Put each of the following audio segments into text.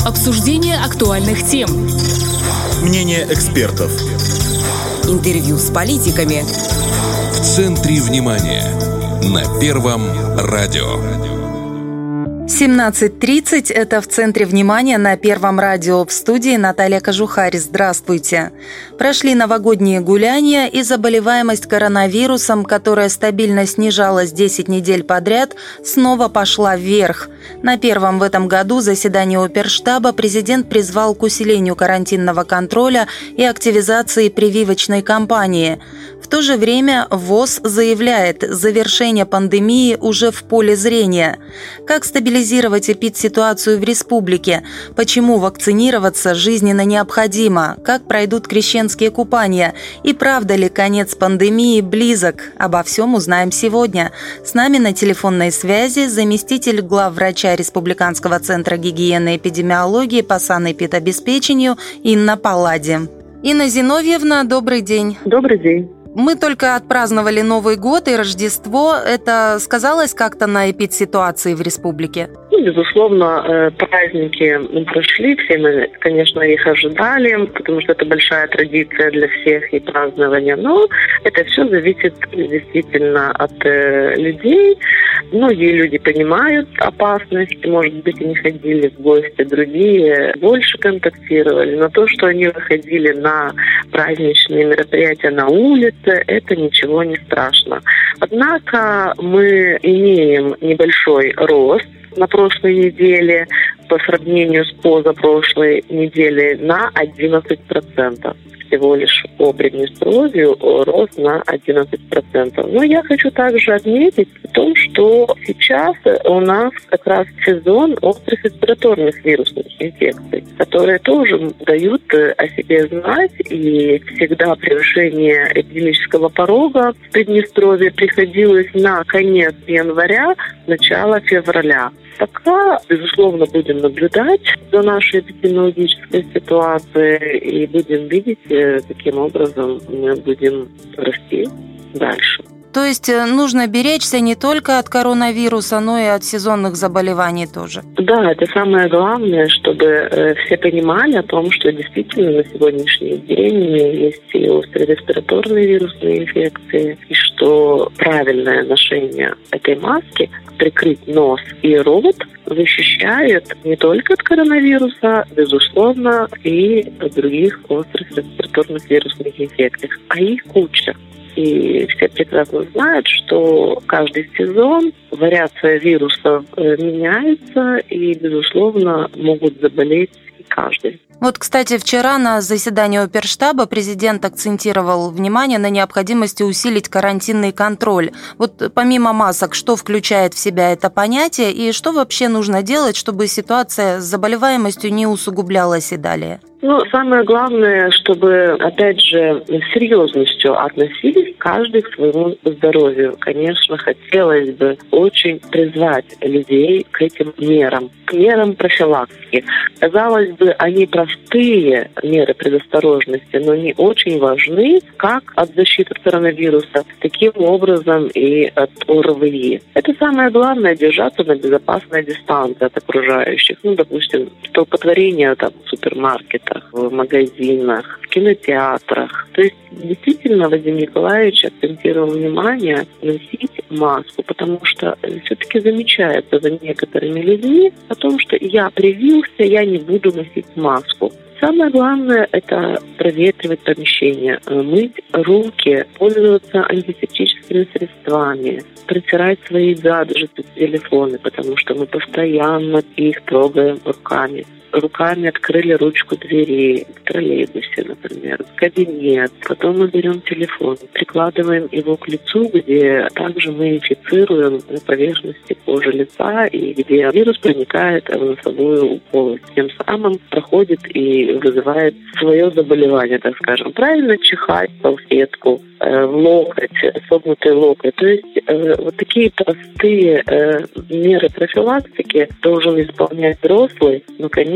Обсуждение актуальных тем. Мнение экспертов. Интервью с политиками. В центре внимания. На Первом радио. 17:30 – это «В центре внимания» на Первом радио. В студии Наталья Кожухарь. Здравствуйте. Прошли новогодние гуляния, и заболеваемость коронавирусом, которая стабильно снижалась 10 недель подряд, снова пошла вверх. На первом в этом году заседании Оперштаба президент призвал к усилению карантинного контроля и активизации прививочной кампании. В то же время ВОЗ заявляет, завершение пандемии уже в поле зрения. Как стабилизировать эпидситуацию в республике? Почему вакцинироваться жизненно необходимо? Как пройдут крещенские купания? И правда ли конец пандемии близок? Обо всем узнаем сегодня. С нами на телефонной связи заместитель главврача Республиканского центра гигиены и эпидемиологии по санэпидобеспечению Инна Паллади. Инна Зиновьевна, добрый день. Добрый день. Мы только отпраздновали Новый год и Рождество. Это сказалось как-то на эпидситуации в республике? Безусловно, праздники прошли, все мы, конечно, их ожидали, потому что это большая традиция для всех и празднования, но это все зависит действительно от людей. Многие люди понимают опасность, может быть, и не ходили в гости, другие больше контактировали, но то, что они выходили на праздничные мероприятия на улице, это ничего не страшно. Однако мы имеем небольшой рост на прошлой неделе по сравнению с позапрошлой неделей на 11%. Всего лишь по Приднестровью рост на 11%. Но я хочу также отметить о том, что сейчас у нас как раз сезон острых респираторных вирусных инфекций, которые тоже дают о себе знать, и всегда превышение эпидемического порога в Приднестровье приходилось на конец января, начало февраля. Пока, безусловно, будем наблюдать за нашей эпидемиологической ситуацией и будем видеть, каким образом мы будем расти дальше. То есть нужно беречься не только от коронавируса, но и от сезонных заболеваний тоже? Да, это самое главное, чтобы все понимали о том, что действительно на сегодняшний день есть и острые респираторные вирусные инфекции, и что правильное ношение этой маски, прикрыть нос и рот, защищает не только от коронавируса, безусловно, и от других острых респираторных вирусных инфекций. А их куча. И все прекрасно знают, что каждый сезон вариация вирусов меняется, и, безусловно, могут заболеть и каждый. Вот, кстати, вчера на заседании Оперштаба президент акцентировал внимание на необходимости усилить карантинный контроль. Вот помимо масок, что включает в себя это понятие, и что вообще нужно делать, чтобы ситуация с заболеваемостью не усугублялась и далее? Самое главное, чтобы, опять же, с серьезностью относились каждый к своему здоровью. Конечно, хотелось бы очень призвать людей к этим мерам, к мерам профилактики. Казалось бы, они простые меры предосторожности, но они очень важны как от защиты от коронавируса, таким образом и от ОРВИ. Это самое главное — держаться на безопасной дистанции от окружающих. Допустим, столпотворение в супермаркетах, в магазинах, в кинотеатрах. То есть действительно Вадим Николаевич акцентировал внимание носить маску, потому что все-таки замечается за некоторыми людьми о том, что я привился, я не буду носить маску. Самое главное – это проветривать помещение, мыть руки, пользоваться антисептическими средствами, протирать свои гаджеты, телефоны, потому что мы постоянно их трогаем руками. Руками открыли ручку двери в троллейбусе, например, в кабинет. Потом мы берем телефон, прикладываем его к лицу, где также мы инфицируем поверхности кожи лица и где вирус проникает в носовую полость. Тем самым проходит и вызывает свое заболевание, так скажем. Правильно чихать в салфетку, в локоть, согнутый локоть. То есть вот такие простые меры профилактики должен исполнять взрослый, но, конечно,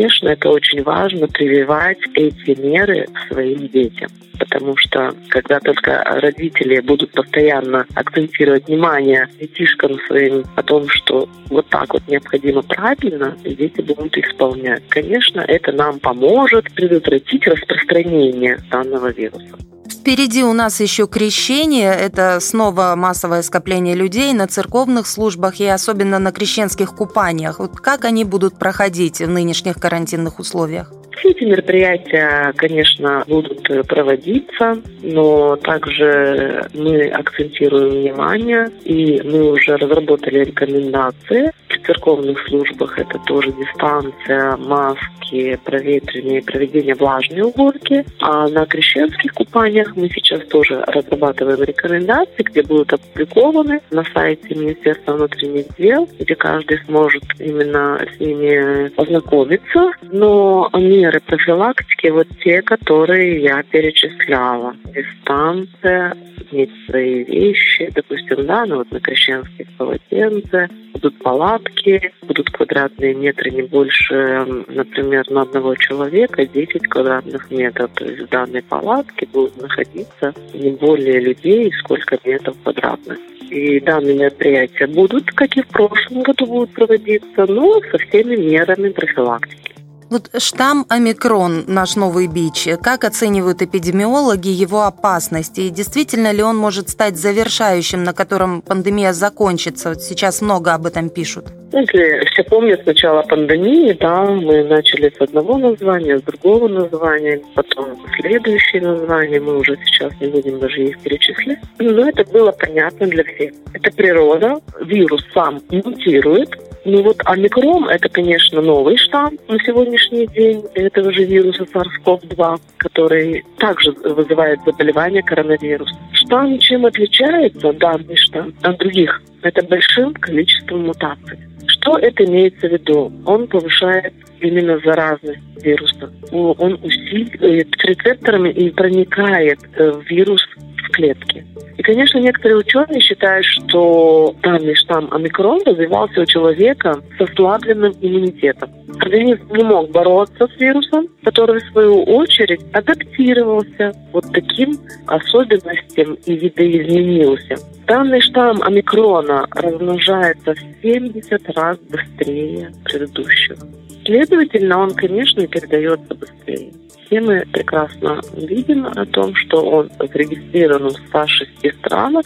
конечно, это очень важно прививать эти меры своим детям. Потому что когда только родители будут постоянно акцентировать внимание детишкам своим о том, что вот так вот необходимо правильно, дети будут исполнять. Конечно, это нам поможет предотвратить распространение данного вируса. Впереди у нас еще крещение. Это снова массовое скопление людей на церковных службах и особенно на крещенских купаниях. Вот как они будут проходить в нынешних карантинных условиях? Все эти мероприятия, конечно, будут проводиться, но также мы акцентируем внимание, и мы уже разработали рекомендации. В церковных службах это тоже дистанция, маски, проветривание, проведение влажной уборки. А на крещенских купаниях мы сейчас тоже разрабатываем рекомендации, где будут опубликованы на сайте Министерства внутренних дел, где каждый сможет именно с ними ознакомиться. Но меры профилактики вот те, которые я перечисляла. Дистанция, иметь свои вещи, допустим, вот на крещенских полотенце, будут палатки, будут квадратные метры не больше, например, на одного человека 10 квадратных метров. То есть в данной палатке будут находиться не более людей, сколько метров квадратных. И данные мероприятия будут, как и в прошлом году, будут проводиться, но со всеми мерами профилактики. Вот штамм омикрон, наш новый бич, как оценивают эпидемиологи его опасность? И действительно ли он может стать завершающим, на котором пандемия закончится? Вот сейчас много об этом пишут. Если все помнят, с начала пандемии, мы начали с одного названия, с другого названия, потом следующие названия, мы уже сейчас не будем даже их перечислять. Но это было понятно для всех. Это природа, вирус сам мутирует. Омикрон – это, конечно, новый штамм на сегодняшний день этого же вируса SARS-CoV-2, который также вызывает заболевание коронавирусом. Штамм чем отличается, данный штамм, от других? Это большим количеством мутаций. Что это имеется в виду? Он повышает именно заразность вируса. Он усиливает рецепторами и проникает в вирус в клетки. И, конечно, некоторые ученые считают, что данный штамм омикрон развивался у человека с ослабленным иммунитетом. Организм не мог бороться с вирусом, который, в свою очередь, адаптировался вот таким особенностям и видоизменился. Данный штамм омикрона размножается в 70 раз быстрее предыдущего. Следовательно, он, конечно, передается быстрее. Все мы прекрасно видим о том, что он зарегистрирован в 106 странах,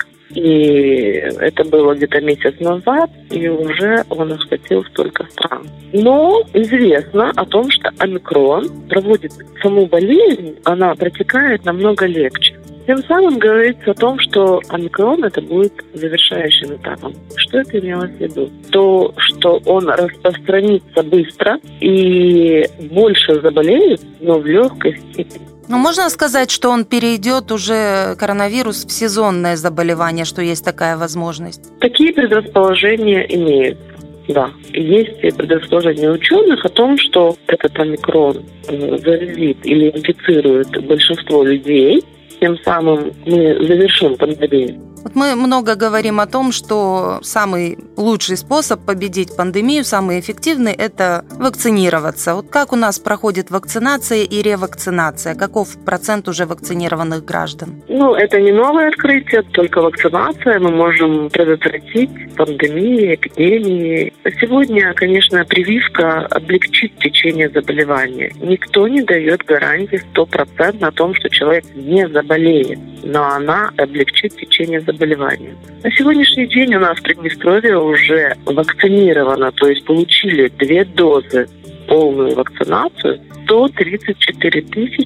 и это было где-то месяц назад, и уже он охватил столько стран. Но известно о том, что омикрон проводит саму болезнь, она протекает намного легче. Тем самым говорится о том, что омикрон это будет завершающим этапом. Что это имелось в виду? То, что он распространится быстро и больше заболеют, но в легкой степени. Но можно сказать, что он перейдет уже коронавирус в сезонное заболевание, что есть такая возможность? Такие предрасположения имеются. Да, есть предположения ученых о том, что этот омикрон заразит или инфицирует большинство людей, тем самым мы завершим пандемию. Вот мы много говорим о том, что самый лучший способ победить пандемию, самый эффективный – это вакцинироваться. Вот как у нас проходит вакцинация и ревакцинация? Каков процент уже вакцинированных граждан? Это не новое открытие, только вакцинация. Мы можем предотвратить пандемии, эпидемии. Сегодня, конечно, прививка облегчит течение заболевания. Никто не дает гарантии 100% о том, что человек не заболеет, но она облегчит течение заболевания. На сегодняшний день у нас в Приднестровье уже вакцинировано, то есть получили 2 дозы полную вакцинацию 134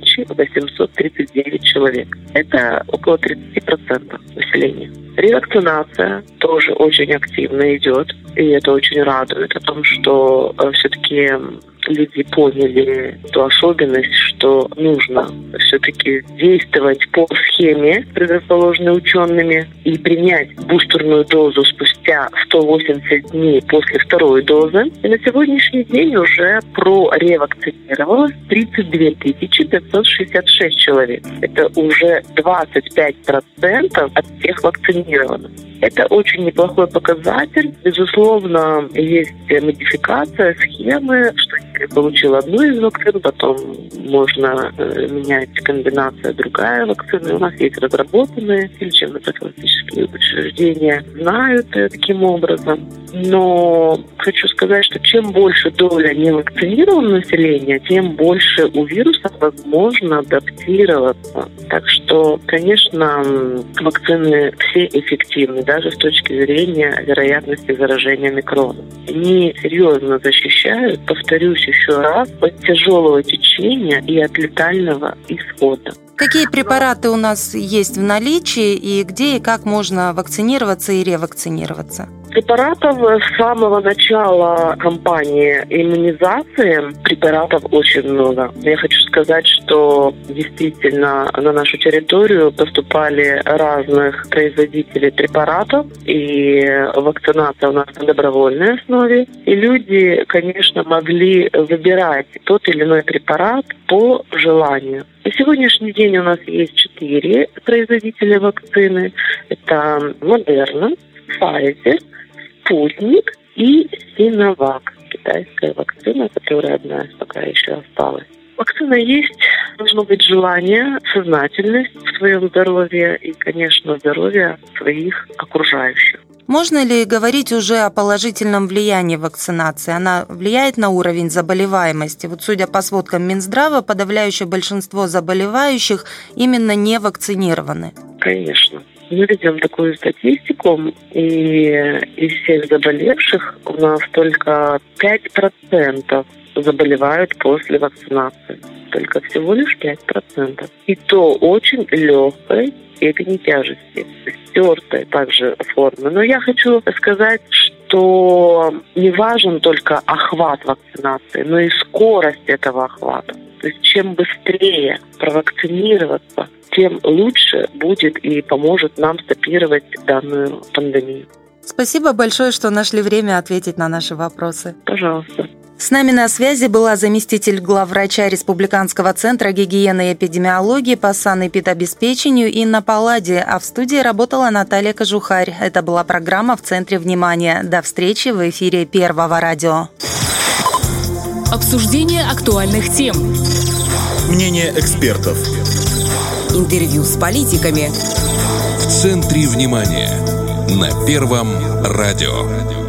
839 человек. Это около 30% населения. Ревакцинация тоже очень активно идет, и это очень радует о том, что все-таки люди поняли ту особенность, что нужно все-таки действовать по схеме, предрасположенной учеными, и принять бустерную дозу спустя 180 дней после второй дозы. И на сегодняшний день уже проревакцинировалось 32 566 человек. Это уже 25% от всех вакцинированных. Это очень неплохой показатель. Безусловно, есть модификация схемы, что получил одну из вакцин, потом можно менять комбинация другая вакцина. У нас есть разработанные, лечебно-профилактические учреждения знают таким образом. Но хочу сказать, что чем больше доля невакцинированного населения, тем больше у вируса возможно адаптироваться. Так что, конечно, вакцины все эффективны, даже с точки зрения вероятности заражения микробом. Они серьезно защищают, повторюсь еще раз, от тяжелого течения и от летального исхода. Какие препараты у нас есть в наличии и где и как можно вакцинироваться и ревакцинироваться? Препаратов с самого начала кампании иммунизации препаратов очень много. Я хочу сказать, что действительно на нашу территорию поступали разных производителей препаратов, и вакцинация у нас на добровольной основе. И люди, конечно, могли выбирать тот или иной препарат по желанию. На сегодняшний день у нас есть 4 производителя вакцины. Это Moderna, Pfizer, Спутник и Синовак. Китайская вакцина, которая одна пока еще осталась. Вакцина есть, должно быть желание, сознательность в своем здоровье и, конечно, здоровье своих окружающих. Можно ли говорить уже о положительном влиянии вакцинации? Она влияет на уровень заболеваемости? Вот судя по сводкам Минздрава, подавляющее большинство заболевающих именно не вакцинированы. Конечно. Мы ведем такую статистику, и из всех заболевших у нас только 5% заболевают после вакцинации. Только всего лишь 5%. И то очень легкой степени тяжести, стертой также формы. Но я хочу сказать, что не важен только охват вакцинации, но и скорость этого охвата. То есть чем быстрее провакцинироваться, тем лучше будет и поможет нам стопировать данную пандемию. Спасибо большое, что нашли время ответить на наши вопросы. Пожалуйста. С нами на связи была заместитель главврача Республиканского центра гигиены и эпидемиологии по санэпидобеспечению Инна Паллади, а в студии работала Наталья Кожухарь. Это была программа «В центре внимания». До встречи в эфире Первого радио. Обсуждение актуальных тем. Мнение экспертов. Интервью с политиками. В центре внимания. На Первом радио.